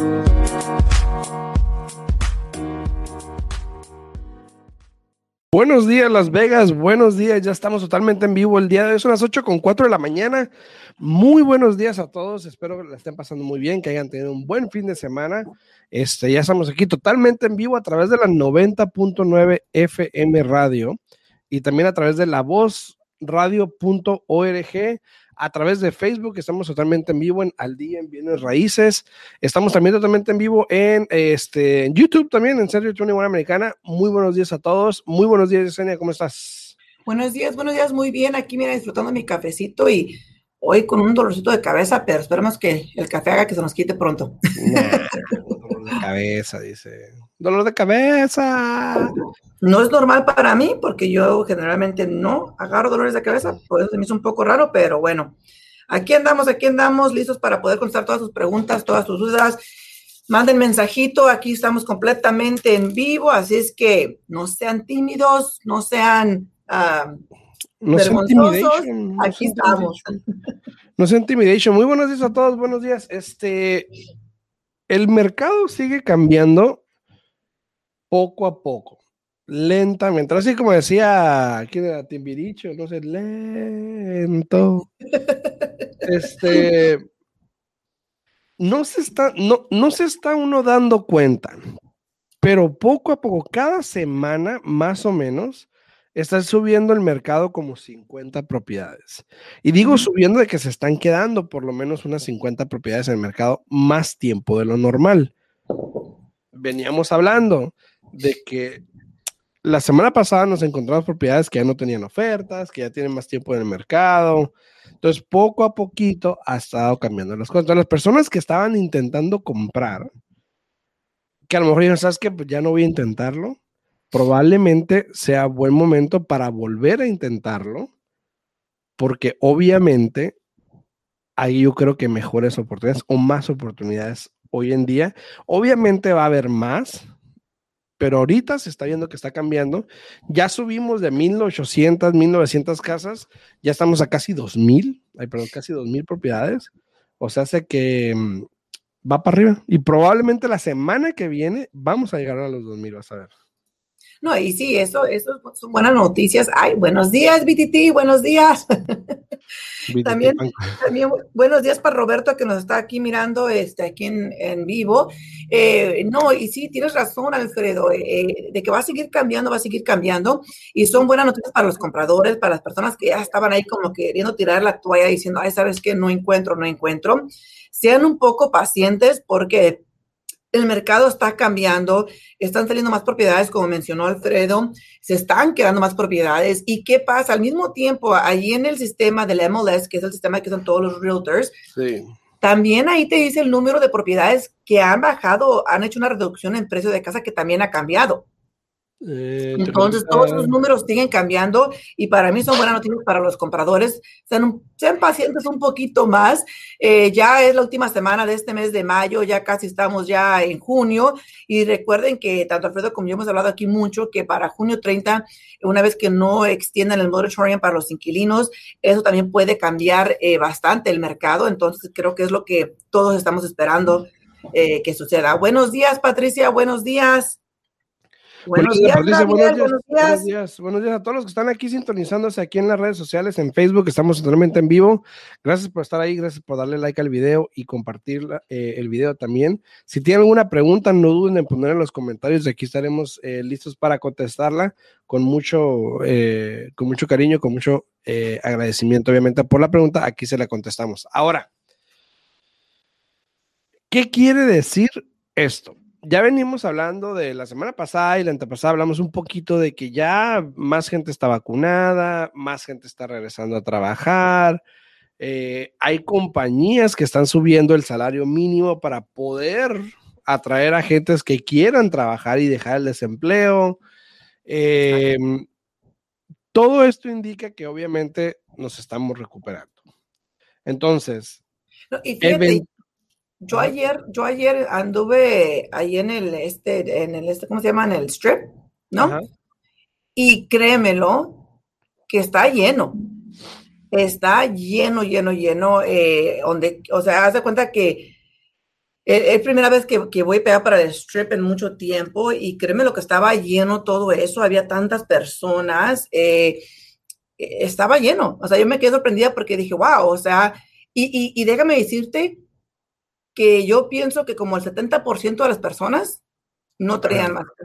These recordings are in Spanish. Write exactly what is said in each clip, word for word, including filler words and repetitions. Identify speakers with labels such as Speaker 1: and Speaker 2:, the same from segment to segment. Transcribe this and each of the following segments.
Speaker 1: Buenos días, Las Vegas, buenos días, ya estamos totalmente en vivo el día de hoy, son las ocho con cuatro de la mañana, muy buenos días a todos, espero que la estén pasando muy bien, que hayan tenido un buen fin de semana, este, ya estamos aquí totalmente en vivo a través de la noventa punto nueve F M Radio y también a través de la voz radio punto org, a través de Facebook, estamos totalmente en vivo en Al Día en Bienes Raíces, estamos también totalmente en vivo en, este, en YouTube también, en Serio veintiuno Americana. Muy buenos días a todos, muy buenos días, Yesenia, ¿cómo estás?
Speaker 2: Buenos días, buenos días, muy bien, aquí mira, disfrutando mi cafecito y hoy con un dolorcito de cabeza, pero esperemos que el café haga que se nos quite pronto.
Speaker 1: Nah, dolor de cabeza, dice. Dolor de cabeza.
Speaker 2: No es normal para mí, porque yo generalmente no agarro dolores de cabeza, por eso se me hizo un poco raro, pero bueno, aquí andamos, aquí andamos, listos para poder contestar todas sus preguntas, todas sus dudas. Manden mensajito, aquí estamos completamente en vivo, así es que no sean tímidos, no sean uh,
Speaker 1: no
Speaker 2: vergonzosos,
Speaker 1: no
Speaker 2: aquí estamos.
Speaker 1: No sea intimidation. Muy buenos días a todos, buenos días. Este, el mercado sigue cambiando poco a poco, lentamente, así como decía, ¿quién era? Timbiricho, no sé, lento. Este, no se está, no, no se está uno dando cuenta, pero poco a poco, cada semana, más o menos, está subiendo el mercado como cincuenta propiedades. Y digo subiendo de que se están quedando por lo menos unas cincuenta propiedades en el mercado más tiempo de lo normal. Veníamos hablando de que la semana pasada nos encontramos propiedades que ya no tenían ofertas, que ya tienen más tiempo en el mercado. Entonces, poco a poquito ha estado cambiando las cosas. Entonces, las personas que estaban intentando comprar, que a lo mejor ya sabes que pues ya no voy a intentarlo, probablemente sea buen momento para volver a intentarlo, porque obviamente ahí yo creo que mejores oportunidades o más oportunidades hoy en día. Obviamente va a haber más, pero ahorita se está viendo que está cambiando. Ya subimos de mil ochocientas, mil novecientas casas, ya estamos a casi dos mil, ay, perdón, casi dos mil propiedades. O sea, hace que mmm, va para arriba. Y probablemente la semana que viene vamos a llegar a los dos mil, vas a ver.
Speaker 2: No, y sí, eso, eso son buenas noticias. Ay, buenos días, B T T, buenos días. También, también buenos días para Roberto, que nos está aquí mirando este, aquí en, en vivo. Eh, no, y sí, tienes razón, Alfredo, eh, de que va a seguir cambiando, va a seguir cambiando, y son buenas noticias para los compradores, para las personas que ya estaban ahí como queriendo tirar la toalla diciendo, ay, ¿sabes qué? No encuentro, no encuentro. Sean un poco pacientes porque el mercado está cambiando, están saliendo más propiedades, como mencionó Alfredo, se están quedando más propiedades. ¿Y qué pasa? Al mismo tiempo, ahí en el sistema del M L S, que es el sistema que son todos los realtors,
Speaker 1: sí,
Speaker 2: también ahí te dice el número de propiedades que han bajado, han hecho una reducción en precio de casa que también ha cambiado.
Speaker 1: Eh,
Speaker 2: Entonces, todos esos números siguen cambiando y para mí son buenas noticias para los compradores. Sean, sean pacientes un poquito más. Eh, ya es la última semana de este mes de mayo, ya casi estamos ya en junio y recuerden que tanto Alfredo como yo hemos hablado aquí mucho que para junio treinta, una vez que no extiendan el moratorium para los inquilinos, eso también puede cambiar eh, bastante el mercado. Entonces, creo que es lo que todos estamos esperando eh, que suceda. Buenos días, Patricia. Buenos días.
Speaker 1: Buenos días, Patricia, buenos días, buenos días, buenos días, buenos días a todos los que están aquí sintonizándose aquí en las redes sociales, en Facebook, estamos totalmente en vivo. Gracias por estar ahí, gracias por darle like al video y compartir eh, el video también. Si tienen alguna pregunta, no duden en poner en los comentarios, aquí estaremos eh, listos para contestarla con mucho, eh, con mucho cariño, con mucho eh, agradecimiento, obviamente, por la pregunta, aquí se la contestamos. Ahora, ¿qué quiere decir esto? Ya venimos hablando de la semana pasada y la antepasada, hablamos un poquito de que ya más gente está vacunada, más gente está regresando a trabajar, eh, hay compañías que están subiendo el salario mínimo para poder atraer a gentes que quieran trabajar y dejar el desempleo. Eh, todo esto indica que obviamente nos estamos recuperando. Entonces,
Speaker 2: no, y fíjate, Yo ayer, yo ayer anduve ahí en el este, en el este, ¿cómo se llama? En el strip, ¿no? Ajá. Y créemelo, que está lleno. Está lleno, lleno, lleno. Eh, donde, o sea, haz de cuenta que Es, es primera vez que, que voy pegar para el strip en mucho tiempo y créeme lo que estaba lleno todo eso, había tantas personas, eh, estaba lleno, o sea, yo me quedé sorprendida porque dije, wow, o sea, y, y, y déjame decirte que yo pienso que como el setenta por ciento de las personas no traían
Speaker 1: Ajá.
Speaker 2: máscara,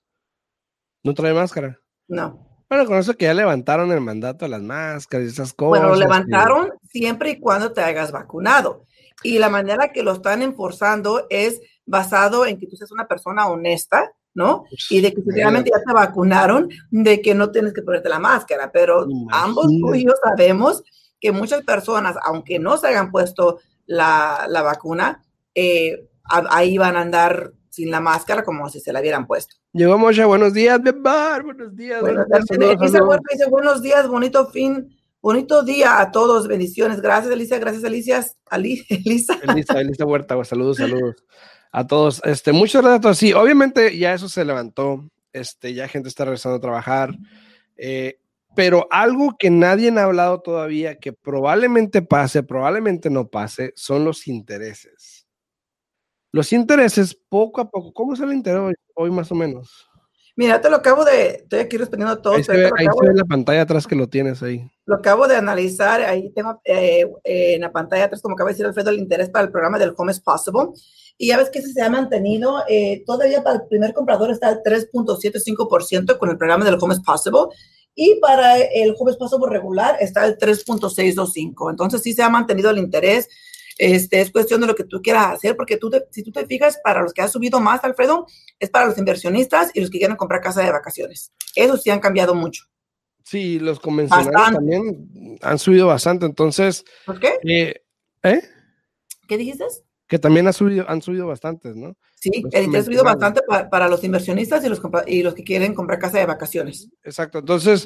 Speaker 1: No trae máscara.
Speaker 2: no.
Speaker 1: Bueno, con eso que ya levantaron el mandato de las máscaras y esas
Speaker 2: Bueno, lo
Speaker 1: cosas. Y...
Speaker 2: levantaron siempre y cuando te hayas vacunado. Y la manera que lo están enforzando es basado en que tú seas una persona honesta, ¿no? Y
Speaker 1: Pues,
Speaker 2: de que si realmente
Speaker 1: imagínate,
Speaker 2: ya te vacunaron, de que no tienes que ponerte la máscara. Pero ambos tú y
Speaker 1: imagínate.
Speaker 2: yo sabemos que muchas personas, aunque no se hayan puesto la, la vacuna, eh, a, ahí van a andar sin la máscara como si se la hubieran puesto.
Speaker 1: Llegó Moshe, buenos días, Bembar, buenos días,
Speaker 2: Bueno,
Speaker 1: buenos días,
Speaker 2: también
Speaker 1: saludos,
Speaker 2: Elisa
Speaker 1: saludos.
Speaker 2: Huerta dice buenos días, bonito fin, bonito día a todos, bendiciones. Gracias, Elisa, gracias, Alicia, Ali, Elisa.
Speaker 1: Elisa, Elisa Huerta, pues, saludos, saludos a todos. Este, muchos datos, sí, obviamente ya eso se levantó, este, ya gente está regresando a trabajar, eh, pero algo que nadie ha hablado todavía, que probablemente pase, probablemente no pase, son los intereses. Los intereses, poco a poco, ¿cómo es el interés hoy, hoy más o menos?
Speaker 2: Mira, te lo acabo de, estoy aquí respondiendo a
Speaker 1: Ahí
Speaker 2: todos,
Speaker 1: se
Speaker 2: pero te
Speaker 1: ve,
Speaker 2: lo
Speaker 1: ahí
Speaker 2: acabo
Speaker 1: se ve
Speaker 2: de,
Speaker 1: en la pantalla atrás que lo tienes ahí.
Speaker 2: lo acabo de analizar, ahí tengo eh, eh, en la pantalla atrás, como acaba de decir Alfredo, el interés para el programa del Home is Possible. Y ya ves que ese se ha mantenido, eh, todavía para el primer comprador está al tres punto setenta y cinco por ciento con el programa del Home is Possible. Y para el Home is Possible regular está al tres punto seiscientos veinticinco. Entonces sí se ha mantenido el interés. Este, es cuestión de lo que tú quieras hacer, porque tú te, si tú te fijas, para los que ha subido más, Alfredo, es para los inversionistas y los que quieren comprar casa de vacaciones. Esos sí han cambiado mucho.
Speaker 1: Sí, los convencionales
Speaker 2: Bastante.
Speaker 1: también han subido bastante, entonces,
Speaker 2: ¿Por qué?
Speaker 1: eh, ¿eh?
Speaker 2: ¿Qué dijiste?
Speaker 1: Que también ha subido, han subido bastantes, ¿no?
Speaker 2: Sí,
Speaker 1: Los
Speaker 2: el interés ha subido
Speaker 1: convencionales.
Speaker 2: bastante para, para los inversionistas y los, y los que quieren comprar casa de vacaciones.
Speaker 1: Exacto. Entonces,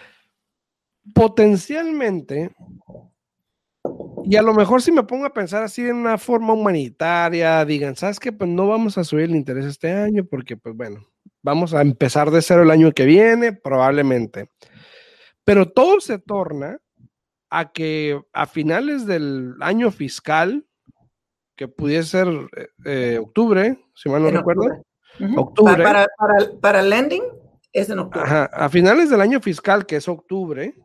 Speaker 1: potencialmente, y a lo mejor si me pongo a pensar así en una forma humanitaria, digan, ¿sabes qué? Pues no vamos a subir el interés este año porque, pues bueno, vamos a empezar de cero el año que viene, probablemente. Pero todo se torna a que a finales del año fiscal, que pudiese ser eh, eh, octubre, si mal no
Speaker 2: En
Speaker 1: recuerdo,
Speaker 2: octubre. Uh-huh. Para,
Speaker 1: octubre,
Speaker 2: para, para, para el lending es en octubre.
Speaker 1: ajá, a finales del año fiscal, que es octubre,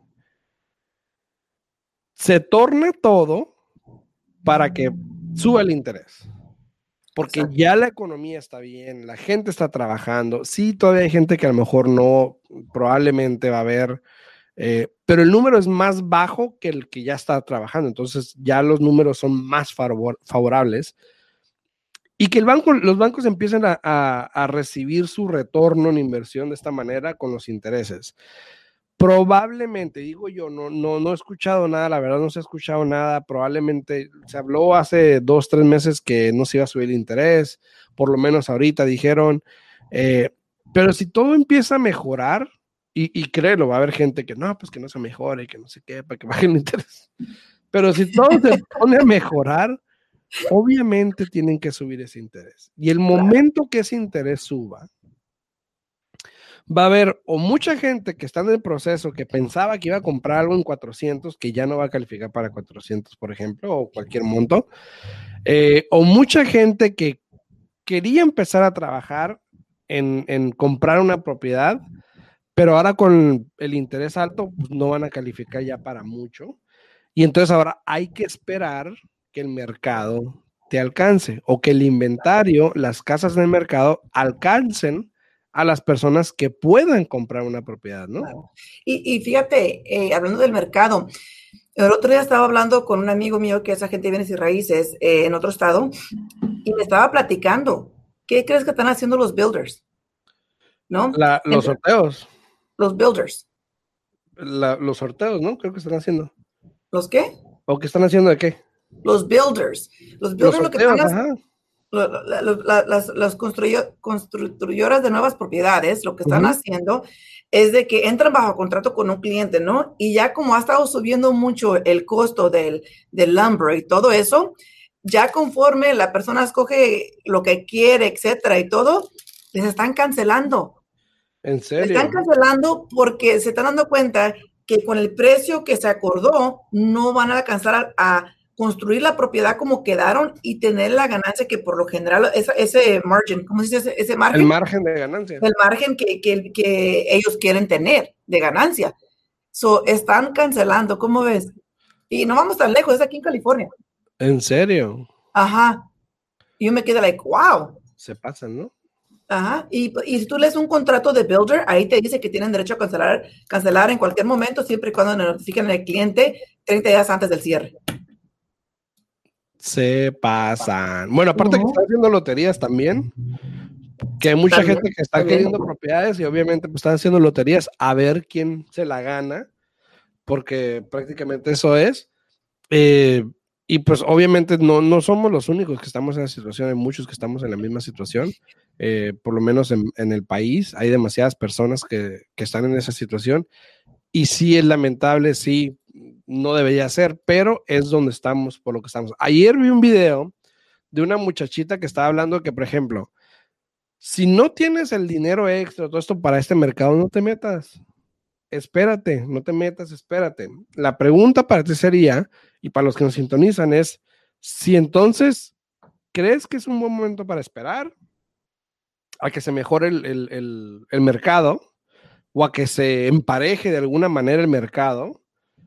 Speaker 1: se torna todo para que suba el interés. Porque
Speaker 2: Exacto.
Speaker 1: ya la economía está bien, la gente está trabajando. Sí, todavía hay gente que a lo mejor no, probablemente va a haber, eh, pero el número es más bajo que el que ya está trabajando. Entonces ya los números son más favor, favorables. Y que el banco, los bancos empiecen a, a, a recibir su retorno en inversión de esta manera con los intereses. Probablemente, digo yo, no, no, no he escuchado nada, la verdad no se ha escuchado nada, probablemente se habló hace dos, tres meses que no se iba a subir el interés, por lo menos ahorita dijeron, eh, pero si todo empieza a mejorar, y, y créelo, va a haber gente que no, pues que no se mejore, que no sé qué, para que baje el interés, pero si todo se pone a mejorar, obviamente tienen que subir ese interés. Y el
Speaker 2: Claro.
Speaker 1: momento que ese interés suba, va a haber o mucha gente que está en el proceso que pensaba que iba a comprar algo en cuatrocientos, que ya no va a calificar para cuatrocientos, por ejemplo, o cualquier monto, eh, o mucha gente que quería empezar a trabajar en, en comprar una propiedad, pero ahora con el interés alto, pues no van a calificar ya para mucho. Y entonces ahora hay que esperar que el mercado te alcance o que el inventario, las casas del mercado alcancen a las personas que puedan comprar una propiedad, ¿no?
Speaker 2: Claro. Y, y fíjate, eh, hablando del mercado, el otro día estaba hablando con un amigo mío que es agente de bienes y raíces eh, en otro estado y me estaba platicando, ¿qué crees que están haciendo los builders? ¿No?
Speaker 1: La, los
Speaker 2: Entre
Speaker 1: sorteos,
Speaker 2: los builders.
Speaker 1: la, los sorteos, ¿no? Creo que están haciendo.
Speaker 2: ¿Los qué?
Speaker 1: ¿O qué están haciendo de qué?
Speaker 2: Los builders. Los
Speaker 1: Los
Speaker 2: builders lo que están
Speaker 1: sorteos,
Speaker 2: haciendo,
Speaker 1: ajá.
Speaker 2: la, la, la, las, las construyo, constructoras de nuevas propiedades, lo que están
Speaker 1: Uh-huh.
Speaker 2: haciendo es de que entran bajo contrato con un cliente, ¿no? Y ya como ha estado subiendo mucho el costo del, del lumber y todo eso, ya conforme la persona escoge lo que quiere, etcétera, y todo, les están cancelando.
Speaker 1: ¿En
Speaker 2: Les están
Speaker 1: serio?
Speaker 2: cancelando porque se están dando cuenta que con el precio que se acordó no van a alcanzar a, a construir la propiedad como quedaron y tener la ganancia que por lo general, esa, ese margin, ¿cómo se dice? Ese margen.
Speaker 1: El margen de ganancia.
Speaker 2: El margen que, que, que ellos quieren tener de ganancia. So, están cancelando, ¿cómo ves? Y no vamos tan lejos, es aquí en California.
Speaker 1: ¿En serio?
Speaker 2: Ajá. Y yo me quedé like, wow.
Speaker 1: Se pasan, ¿no?
Speaker 2: Ajá. Y, y si tú lees un contrato de builder, ahí te dice que tienen derecho a cancelar, cancelar en cualquier momento, siempre y cuando notifiquen al cliente treinta días antes del cierre.
Speaker 1: Se pasan. Bueno, aparte uh-huh. que están haciendo loterías también, que hay mucha también, gente que está también. queriendo propiedades y obviamente pues, están haciendo loterías a ver quién se la gana, porque prácticamente eso es. Eh, y pues obviamente no, no somos los únicos que estamos en la situación, hay muchos que estamos en la misma situación, eh, por lo menos en, en el país, hay demasiadas personas que, que están en esa situación y sí es lamentable, sí, no debería ser, pero es donde estamos por lo que estamos. Ayer vi un video de una muchachita que estaba hablando de que, por ejemplo, si no tienes el dinero extra, todo esto para este mercado, no te metas. Espérate, no te metas, espérate. La pregunta para ti sería, y para los que nos sintonizan, es si entonces crees que es un buen momento para esperar a que se mejore el, el, el, el mercado o a que se empareje de alguna manera el mercado,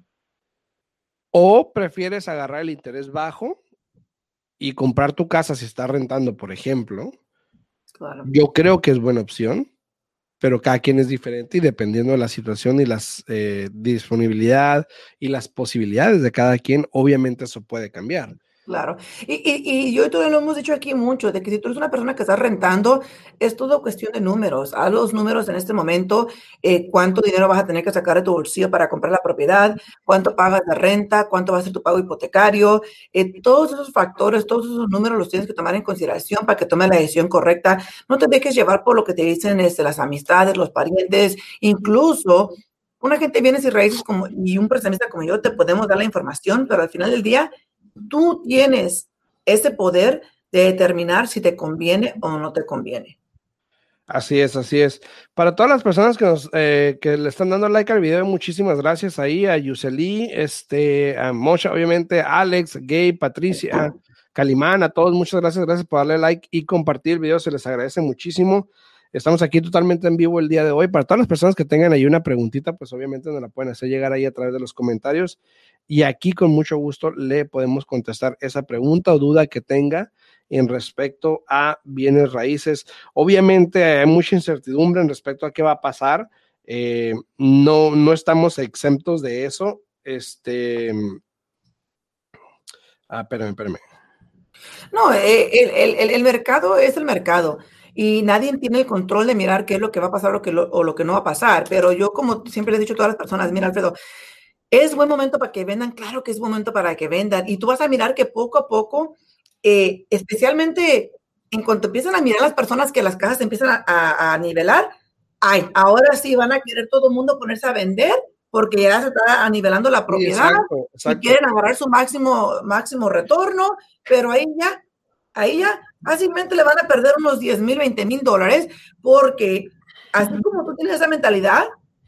Speaker 1: o prefieres agarrar el interés bajo y comprar tu casa si estás rentando, por ejemplo. Claro. Yo creo que es buena opción, pero cada quien es diferente y dependiendo de la situación y la eh, disponibilidad y las posibilidades de cada quien, obviamente eso puede cambiar.
Speaker 2: Claro, y, y, y yo y todo lo hemos dicho aquí mucho, de que si tú eres una persona que está rentando, es todo cuestión de números. Haz los números en este momento, eh, cuánto dinero vas a tener que sacar de tu bolsillo para comprar la propiedad, cuánto pagas de renta, cuánto va a ser tu pago hipotecario, eh, todos esos factores, todos esos números los tienes que tomar en consideración para que tomes la decisión correcta. No te dejes llevar por lo que te dicen este, las amistades, los parientes, incluso una gente viene sin raíces como, y un prestamista como yo, te podemos dar la información, pero al final del día, tú tienes ese poder de determinar si te conviene o no te conviene.
Speaker 1: Así es, así es. Para todas las personas que nos eh, que le están dando like al video, muchísimas gracias ahí a Yuseli, este, a Mosha, obviamente, a Alex, Gabe, Patricia, Calimán, a todos, muchas gracias, gracias por darle like y compartir el video, se les agradece muchísimo. Estamos aquí totalmente en vivo el día de hoy. Para todas las personas que tengan ahí una preguntita, pues obviamente nos la pueden hacer llegar ahí a través de los comentarios. Y aquí con mucho gusto le podemos contestar esa pregunta o duda que tenga en respecto a bienes raíces. Obviamente hay mucha incertidumbre en respecto a qué va a pasar. Eh, no, no estamos exentos de eso. Este, ah, espérame, espérame.
Speaker 2: No, el, el, el mercado es el mercado. Y nadie tiene el control de mirar qué es lo que va a pasar lo que lo, o lo que no va a pasar. Pero yo, como siempre les he dicho a todas las personas, mira, Alfredo, es buen momento para que vendan, claro que es buen momento para que vendan. Y tú vas a mirar que poco a poco, eh, especialmente en cuanto empiezan a mirar las personas que las casas empiezan a, a, a nivelar, ay, ahora sí van a querer todo el mundo ponerse a vender porque ya se está anivelando la propiedad. Sí, exacto, exacto. Y quieren agarrar su máximo, máximo retorno, pero ahí ya, ahí ya fácilmente le van a perder unos diez mil, veinte mil dólares porque así como tú tienes esa mentalidad,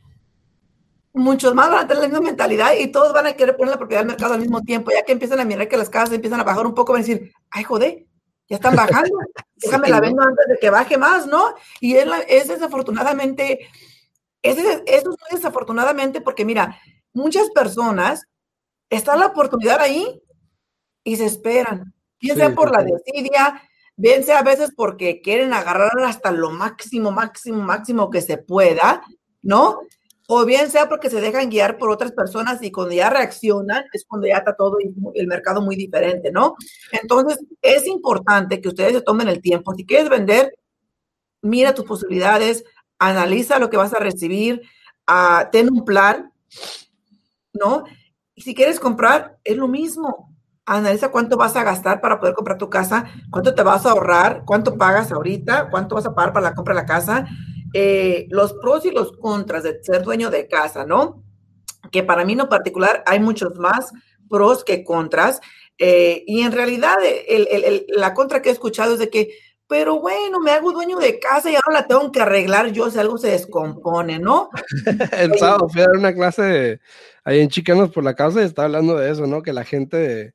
Speaker 2: muchos más van a tener la misma mentalidad y todos van a querer poner la propiedad al mercado al mismo tiempo, ya que empiezan a mirar que las casas empiezan a bajar un poco, van a decir, ay, joder, ya están bajando, déjame sí, la vendo ¿no? antes de que baje más, ¿no? Y es, la, es desafortunadamente, es, eso es muy desafortunadamente porque, mira, muchas personas, está la oportunidad ahí y se esperan, bien sea sí, por sí, la desidia, bien sea a veces porque quieren agarrar hasta lo máximo, máximo, máximo que se pueda, ¿no? O bien sea porque se dejan guiar por otras personas y cuando ya reaccionan es cuando ya está todo el mercado muy diferente, ¿no? Entonces, es importante que ustedes se tomen el tiempo. Si quieres vender, mira tus posibilidades, analiza lo que vas a recibir, uh, ten un plan, ¿no? Y si quieres comprar, es lo mismo. Analiza cuánto vas a gastar para poder comprar tu casa, cuánto te vas a ahorrar, cuánto pagas ahorita, cuánto vas a pagar para la compra de la casa. Eh, los pros y los contras de ser dueño de casa, ¿no? Que para mí en lo particular hay muchos más pros que contras. Eh, y en realidad el, el, el, la contra que he escuchado es de que, pero bueno, me hago dueño de casa y ahora la tengo que arreglar yo si algo se descompone, ¿no?
Speaker 1: El sábado fui a dar una clase de, ahí en Chicanos por la Casa y estaba hablando de eso, ¿no? Que la gente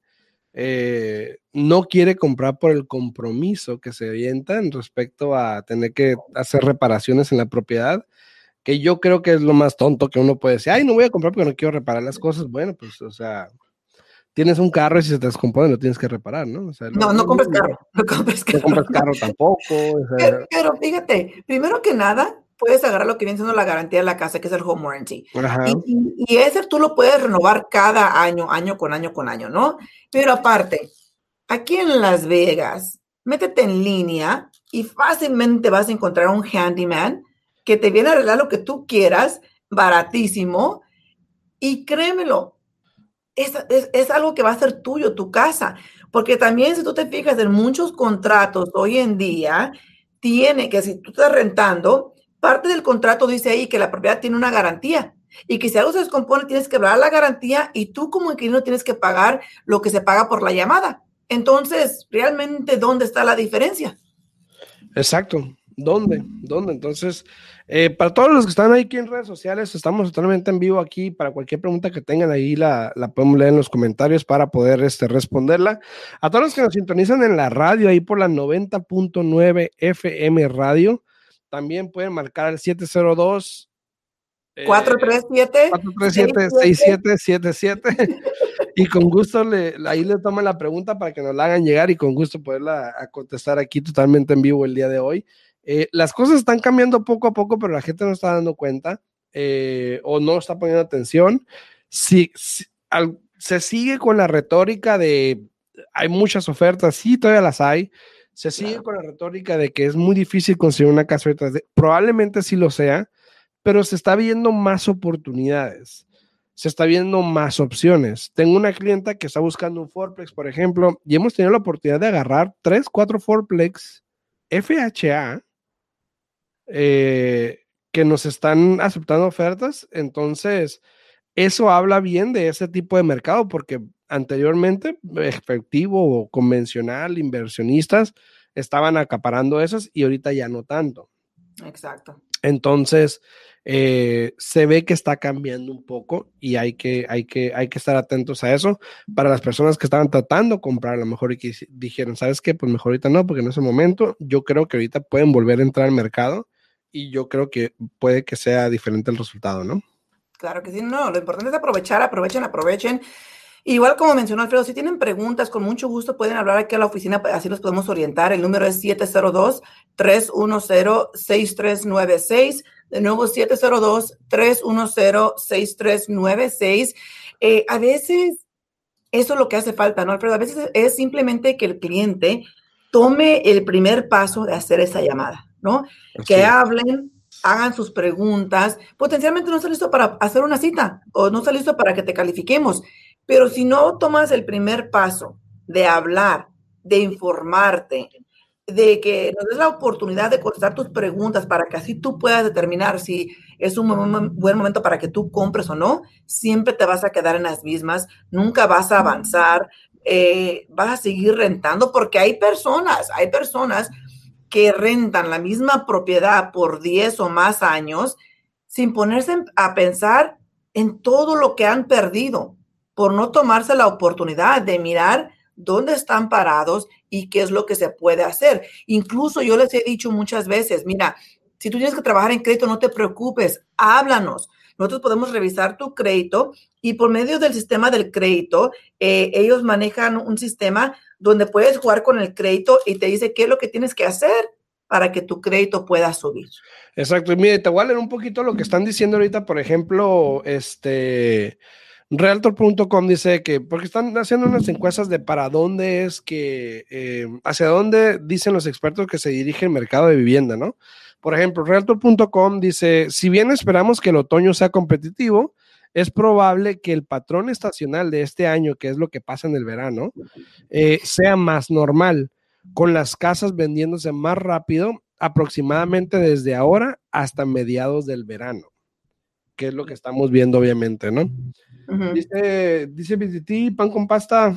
Speaker 1: eh, no quiere comprar por el compromiso que se avienta en respecto a tener que hacer reparaciones en la propiedad, que yo creo que es lo más tonto que uno puede decir. Ay, no voy a comprar porque no quiero reparar las cosas. Bueno, pues, o sea, tienes un carro y si se te descompone lo tienes que reparar, ¿no? O sea,
Speaker 2: No,
Speaker 1: lo,
Speaker 2: no
Speaker 1: lo
Speaker 2: compres
Speaker 1: mismo.
Speaker 2: carro, no compres
Speaker 1: No
Speaker 2: carro.
Speaker 1: compras carro tampoco. O sea,
Speaker 2: Pero, pero fíjate, primero que nada, puedes agarrar lo que viene siendo la garantía de la casa, que es el home warranty.
Speaker 1: ajá.
Speaker 2: Y, y, y ese tú lo puedes renovar cada año, año con año con año, ¿no? Pero aparte, aquí en Las Vegas, métete en línea y fácilmente vas a encontrar un handyman que te viene a arreglar lo que tú quieras, baratísimo, y créemelo, es, es, es algo que va a ser tuyo, tu casa. Porque también si tú te fijas en muchos contratos hoy en día, tiene que si tú estás rentando, parte del contrato dice ahí que la propiedad tiene una garantía y que si algo se descompone tienes que hablar la garantía y tú como inquilino tienes que pagar lo que se paga por la llamada. Entonces, realmente, ¿dónde está la diferencia?
Speaker 1: Exacto. ¿Dónde? ¿Dónde? Entonces, eh, para todos los que están ahí aquí en redes sociales, estamos totalmente en vivo aquí. Para cualquier pregunta que tengan ahí, la, la podemos leer en los comentarios para poder este, responderla. A todos los que nos sintonizan en la radio, ahí por la noventa punto nueve F M Radio, también pueden marcar al siete cero dos
Speaker 2: cuatro tres siete,
Speaker 1: cuatro tres
Speaker 2: seis
Speaker 1: siete seis
Speaker 2: siete.
Speaker 1: siete siete siete y con gusto le, ahí le toman la pregunta para que nos la hagan llegar y con gusto poderla a contestar aquí totalmente en vivo el día de hoy. Eh, las cosas están cambiando poco a poco, pero la gente no está dando cuenta eh, o no está poniendo atención. Si, si al, se sigue con la retórica de hay muchas ofertas, sí, todavía las hay. Se sigue claro. con la retórica de que es muy difícil conseguir una casa ahorita. Probablemente sí lo sea, pero se está viendo más oportunidades, se está viendo más opciones. Tengo una clienta que está buscando un fourplex, por ejemplo, y hemos tenido la oportunidad de agarrar tres, cuatro fourplex F H A eh, que nos están aceptando ofertas. Entonces, eso habla bien de ese tipo de mercado, porque anteriormente, efectivo o convencional, inversionistas estaban acaparando esas y ahorita ya no tanto.
Speaker 2: Exacto.
Speaker 1: Entonces, eh, se ve que está cambiando un poco y hay que, hay, que, hay que estar atentos a eso. Para las personas que estaban tratando de comprar, a lo mejor y que dijeron, ¿sabes qué? Pues mejor ahorita no, porque en ese momento yo creo que ahorita pueden volver a entrar al mercado y yo creo que puede que sea diferente el resultado, ¿no?
Speaker 2: Claro que sí, no, lo importante es aprovechar, aprovechen, aprovechen. Igual como mencionó Alfredo, si tienen preguntas, con mucho gusto pueden hablar aquí a la oficina, así los podemos orientar. El número es siete cero dos, tres uno cero, seis tres nueve seis. De nuevo, siete cero dos, tres uno cero, seis tres nueve seis. Eh, a veces eso es lo que hace falta, ¿no, Alfredo? A veces es simplemente que el cliente tome el primer paso de hacer esa llamada, ¿no? Así que es. Hablen, hagan sus preguntas. Potencialmente no está listo para hacer una cita o no está listo para que te califiquemos. Pero si no tomas el primer paso de hablar, de informarte, de que nos des la oportunidad de contestar tus preguntas para que así tú puedas determinar si es un buen momento para que tú compres o no, siempre te vas a quedar en las mismas, nunca vas a avanzar, eh, vas a seguir rentando porque hay personas, hay personas que rentan la misma propiedad por diez o más años sin ponerse a pensar en todo lo que han perdido por no tomarse la oportunidad de mirar dónde están parados y qué es lo que se puede hacer. Incluso yo les he dicho muchas veces, mira, si tú tienes que trabajar en crédito, no te preocupes, háblanos. Nosotros podemos revisar tu crédito y por medio del sistema del crédito, eh, ellos manejan un sistema donde puedes jugar con el crédito y te dice qué es lo que tienes que hacer para que tu crédito pueda subir.
Speaker 1: Exacto. Y mire, te voy a leer un poquito lo que están diciendo ahorita, por ejemplo, este... Realtor punto com dice que, porque están haciendo unas encuestas de para dónde es que, eh, hacia dónde dicen los expertos que se dirige el mercado de vivienda, ¿no? Por ejemplo, Realtor punto com dice, si bien esperamos que el otoño sea competitivo, es probable que el patrón estacional de este año, que es lo que pasa en el verano, eh, sea más normal, con las casas vendiéndose más rápido, aproximadamente desde ahora hasta mediados del verano, que es lo que estamos viendo obviamente, ¿no? Uh-huh. Dice, dice B T T, pan con pasta.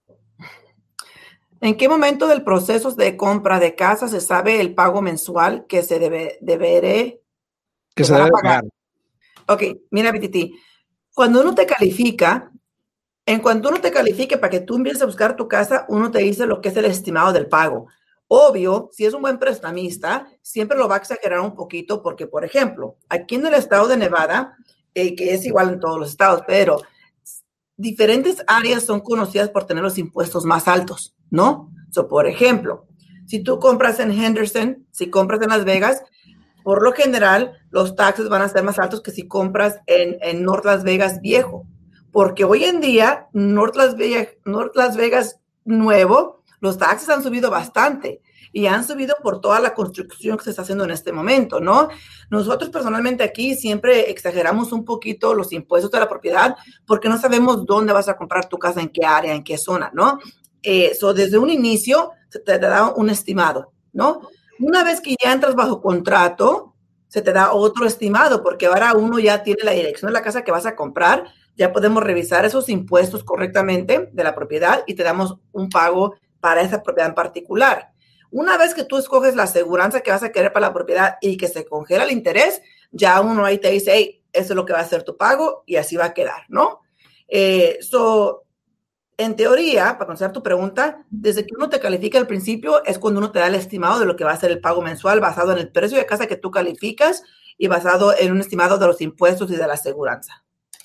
Speaker 2: ¿En qué momento del proceso de compra de casa se sabe el pago mensual que se debe, deberé
Speaker 1: que se debe pagar?
Speaker 2: Ok, mira B T T, cuando uno te califica, En cuanto uno te califique para que tú empieces a buscar tu casa, uno te dice lo que es el estimado del pago. Obvio, si es un buen prestamista, siempre lo va a exagerar un poquito porque, por ejemplo, aquí en el estado de Nevada, eh, que es igual en todos los estados, pero diferentes áreas son conocidas por tener los impuestos más altos, ¿no? So, por ejemplo, si tú compras en Henderson, si compras en Las Vegas, por lo general, los taxes van a ser más altos que si compras en, en North Las Vegas viejo. Porque hoy en día, North Las Vegas, North Las Vegas nuevo, los taxes han subido bastante y han subido por toda la construcción que se está haciendo en este momento, ¿no? Nosotros personalmente aquí siempre exageramos un poquito los impuestos de la propiedad porque no sabemos dónde vas a comprar tu casa, en qué área, en qué zona, ¿no? Eh, so desde un inicio se te da un estimado, ¿no? Una vez que ya entras bajo contrato, se te da otro estimado porque ahora uno ya tiene la dirección de la casa que vas a comprar, ya podemos revisar esos impuestos correctamente de la propiedad y te damos un pago para esa propiedad en particular. Una vez que tú escoges la aseguranza que vas a querer para la propiedad y que se congela el interés, ya uno ahí te dice, hey, eso es lo que va a ser tu pago y así va a quedar, ¿no? Eh, so, en teoría, para contestar tu pregunta, desde que uno te califica al principio es cuando uno te da el estimado de lo que va a ser el pago mensual basado en el precio de casa que tú calificas y basado en un estimado de los impuestos y de la aseguranza.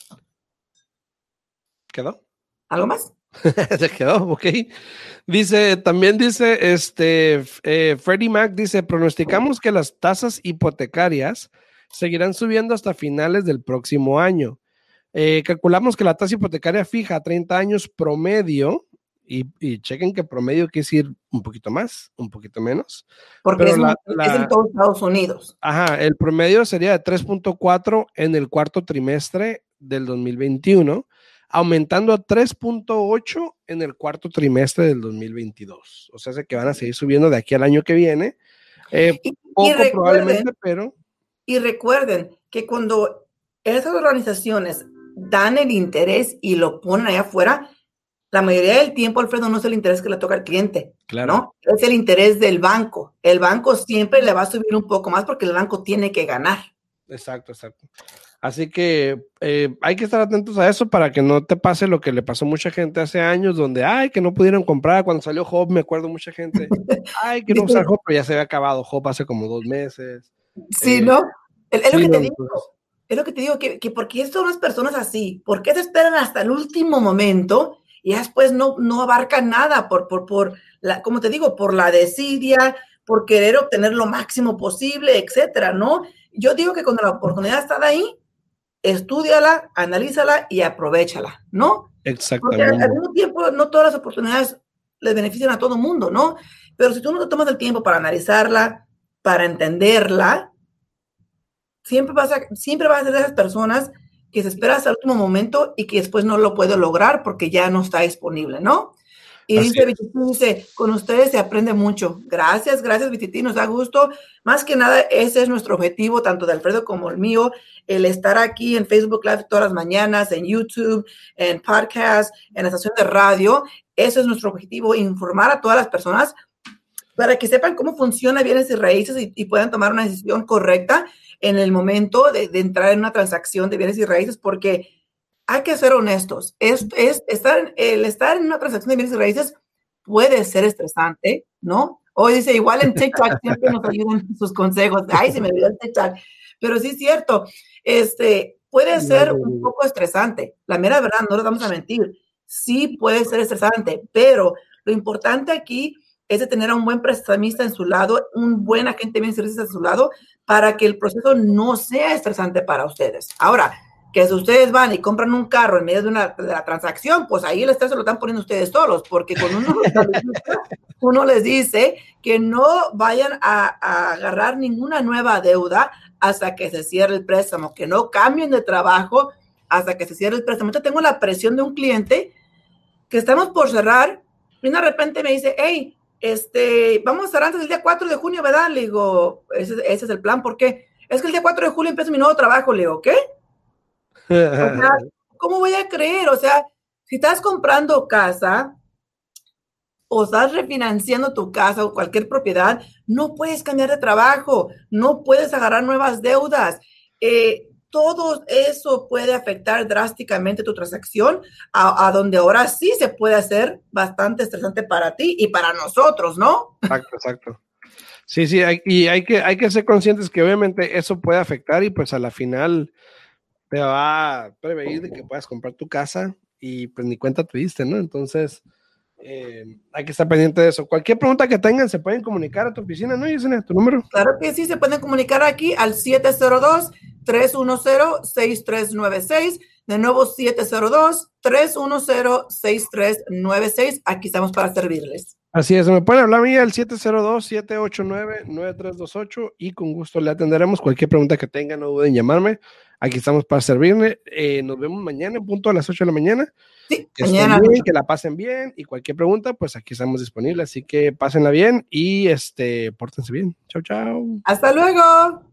Speaker 1: ¿Quedó?
Speaker 2: ¿Algo más?
Speaker 1: Se quedó, ok. Dice, también dice, este, eh, Freddie Mac dice, pronosticamos que las tasas hipotecarias seguirán subiendo hasta finales del próximo año. Eh, calculamos que la tasa hipotecaria fija a treinta años promedio, y, y chequen que promedio quiere decir un poquito más, un poquito menos.
Speaker 2: Porque
Speaker 1: pero
Speaker 2: es,
Speaker 1: la,
Speaker 2: un,
Speaker 1: la,
Speaker 2: es en todos Estados Unidos.
Speaker 1: Ajá, el promedio sería de tres punto cuatro en el cuarto trimestre del dos mil veintiuno, aumentando a tres punto ocho en el cuarto trimestre del dos mil veintidós. O sea, que van a seguir subiendo de aquí al año que viene. Eh,
Speaker 2: y,
Speaker 1: poco
Speaker 2: y recuerden,
Speaker 1: probablemente, pero...
Speaker 2: Y recuerden que cuando esas organizaciones dan el interés y lo ponen allá afuera, la mayoría del tiempo, Alfredo, no es el interés que le toca al cliente, claro, ¿no? Es el interés del banco. El banco siempre le va a subir un poco más porque el banco tiene que ganar.
Speaker 1: Exacto, exacto. Así que eh, hay que estar atentos a eso para que no te pase lo que le pasó a mucha gente hace años, donde, ay, que no pudieron comprar. Cuando salió Hub, me acuerdo mucha gente, ay, quiero usar Hub, pero ya se había acabado Hub hace como dos meses.
Speaker 2: Sí,
Speaker 1: eh,
Speaker 2: ¿no? Es, es
Speaker 1: sí,
Speaker 2: lo que
Speaker 1: no,
Speaker 2: te digo.
Speaker 1: entonces...
Speaker 2: Es lo que te digo, que, que ¿por qué son las personas así? ¿Por qué se esperan hasta el último momento y después no, no abarcan nada por, por, por la, como te digo, por la desidia, por querer obtener lo máximo posible, etcétera, ¿no? Yo digo que cuando la oportunidad está ahí, estúdiala, analízala y aprovechala, ¿no?
Speaker 1: Exactamente.
Speaker 2: Porque al mismo tiempo no todas las oportunidades les benefician a todo el mundo, ¿no? Pero si tú no te tomas el tiempo para analizarla, para entenderla, siempre vas a, siempre vas a ser de esas personas que se espera hasta el último momento y que después no lo puede lograr porque ya no está disponible, ¿no? Y así dice, Vititi, dice, con ustedes se aprende mucho. Gracias, gracias, Vititi, nos da gusto. Más que nada, ese es nuestro objetivo, tanto de Alfredo como el mío, el estar aquí en Facebook Live todas las mañanas, en YouTube, en podcast, en la estación de radio. Ese es nuestro objetivo, informar a todas las personas para que sepan cómo funciona bienes y raíces y, y puedan tomar una decisión correcta en el momento de, de entrar en una transacción de bienes y raíces, porque hay que ser honestos. Es, es, estar, el estar en una transacción de bienes y raíces puede ser estresante, ¿no? Hoy dice, igual en TikTok siempre nos ayudan sus consejos. Ay, se me olvidó el TikTok. Pero sí es cierto, este, puede ser un poco estresante. La mera verdad, no lo vamos a mentir. Sí puede ser estresante, pero lo importante aquí es de tener a un buen prestamista en su lado, un buen agente de bienes y raíces en su lado, para que el proceso no sea estresante para ustedes. Ahora, que si ustedes van y compran un carro en medio de, una, de la transacción, pues ahí el estrés se lo están poniendo ustedes solos, porque con uno, uno les dice que no vayan a, a agarrar ninguna nueva deuda hasta que se cierre el préstamo, que no cambien de trabajo hasta que se cierre el préstamo. Yo tengo la presión de un cliente que estamos por cerrar y de repente me dice, hey, este, vamos a estar antes del día cuatro de junio, ¿verdad? Le digo, ese, ese es el plan, ¿por qué? Es que el día cuatro de julio empieza mi nuevo trabajo. Le digo, ¿qué? O sea, ¿cómo voy a creer? O sea, si estás comprando casa o estás refinanciando tu casa o cualquier propiedad, no puedes cambiar de trabajo, no puedes agarrar nuevas deudas. Eh, todo eso puede afectar drásticamente tu transacción, a, a donde ahora sí se puede hacer bastante estresante para ti y para nosotros, ¿no?
Speaker 1: Exacto, exacto. Sí, sí, hay, y hay que, hay que ser conscientes que obviamente eso puede afectar y pues a la final te va a prevenir de que puedas comprar tu casa y pues ni cuenta te diste, ¿no? Entonces, eh, hay que estar pendiente de eso. Cualquier pregunta que tengan, se pueden comunicar a tu oficina, ¿no, Yesenia? ¿Tu número?
Speaker 2: Claro que sí, se pueden comunicar aquí al siete cero dos, tres uno cero, seis tres nueve seis. De nuevo, siete cero dos, tres uno cero, seis tres nueve seis. Aquí estamos para servirles.
Speaker 1: Así es, me pueden hablar a mí al siete cero dos, siete ocho nueve, nueve tres dos ocho y con gusto le atenderemos. Cualquier pregunta que tengan, no duden en llamarme. Aquí estamos para servirle. Eh, nos vemos mañana en punto a las ocho de la mañana.
Speaker 2: Sí,
Speaker 1: que
Speaker 2: mañana.
Speaker 1: estén bien, que la pasen bien y cualquier pregunta, pues aquí estamos disponibles. Así que pásenla bien y este, pórtense bien. Chao, chao.
Speaker 2: Hasta luego.